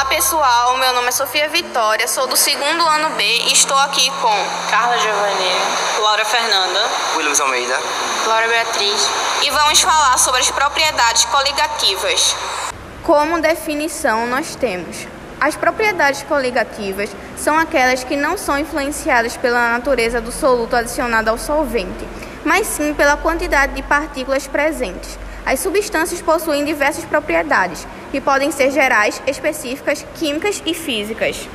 Olá pessoal, meu nome é Sofia Vitória, sou do segundo ano B e estou aqui com Carla Giovanni, Laura Fernanda, Williams Almeida, Laura Beatriz. E vamos falar sobre as propriedades coligativas. Como definição, nós temos: as propriedades coligativas são aquelas que não são influenciadas pela natureza do soluto adicionado ao solvente, mas sim pela quantidade de partículas presentes. As substâncias possuem diversas propriedades, que podem ser gerais, específicas, químicas e físicas.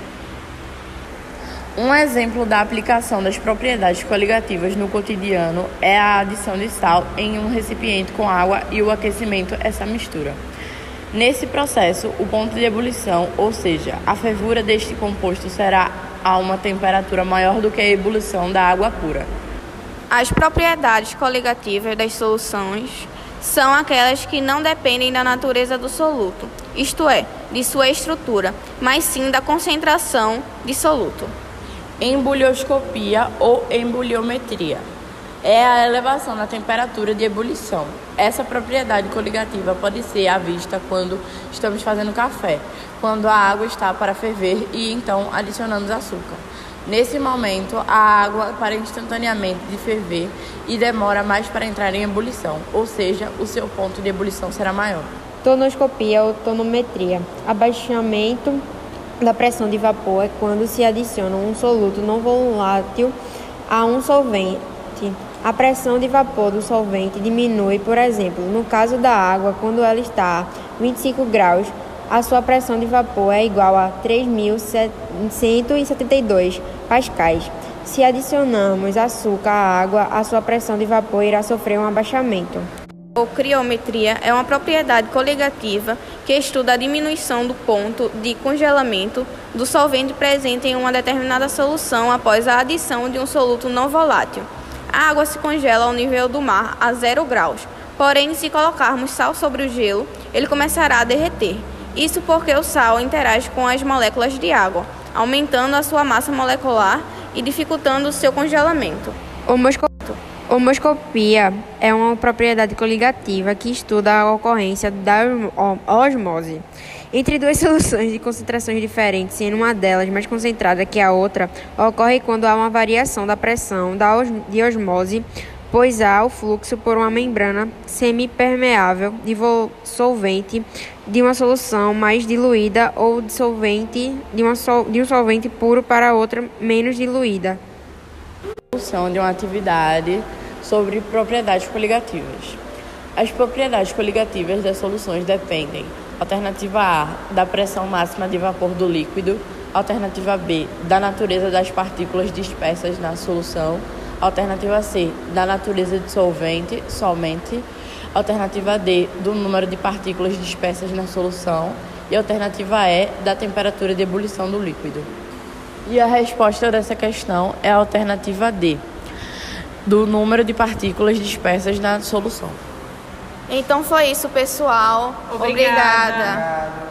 Um exemplo da aplicação das propriedades coligativas no cotidiano é a adição de sal em um recipiente com água e o aquecimento dessa mistura. Nesse processo, o ponto de ebulição, ou seja, a fervura deste composto, será a uma temperatura maior do que a ebulição da água pura. As propriedades coligativas das soluções são aquelas que não dependem da natureza do soluto, isto é, de sua estrutura, mas sim da concentração de soluto. Embulioscopia ou embuliometria é a elevação da temperatura de ebulição. Essa propriedade coligativa pode ser vista quando estamos fazendo café, quando a água está para ferver e então adicionamos açúcar. Nesse momento, a água para instantaneamente de ferver e demora mais para entrar em ebulição, ou seja, o seu ponto de ebulição será maior. Tonoscopia ou tonometria. Abaixamento da pressão de vapor é quando se adiciona um soluto não volátil a um solvente. A pressão de vapor do solvente diminui, por exemplo, no caso da água, quando ela está a 25 graus, a sua pressão de vapor é igual a 3.172 pascais. Se adicionarmos açúcar à água, a sua pressão de vapor irá sofrer um abaixamento. A criometria é uma propriedade coligativa que estuda a diminuição do ponto de congelamento do solvente presente em uma determinada solução após a adição de um soluto não volátil. A água se congela ao nível do mar a 0 graus, porém, se colocarmos sal sobre o gelo, ele começará a derreter. Isso porque o sal interage com as moléculas de água, aumentando a sua massa molecular e dificultando o seu congelamento. Homoscopia é uma propriedade coligativa que estuda a ocorrência da osmose entre duas soluções de concentrações diferentes, sendo uma delas mais concentrada que a outra. Ocorre quando há uma variação da pressão de osmose, pois há o fluxo por uma membrana semipermeável de solvente de uma solução mais diluída ou de um solvente puro para outra menos diluída. Solução de uma atividade sobre propriedades coligativas. As propriedades coligativas das soluções dependem: alternativa A, da pressão máxima de vapor do líquido; alternativa B, da natureza das partículas dispersas na solução; alternativa C, da natureza de solvente, somente; alternativa D, do número de partículas dispersas na solução; e alternativa E, da temperatura de ebulição do líquido. E a resposta dessa questão é a alternativa D, do número de partículas dispersas na solução. Então foi isso, pessoal. Obrigada.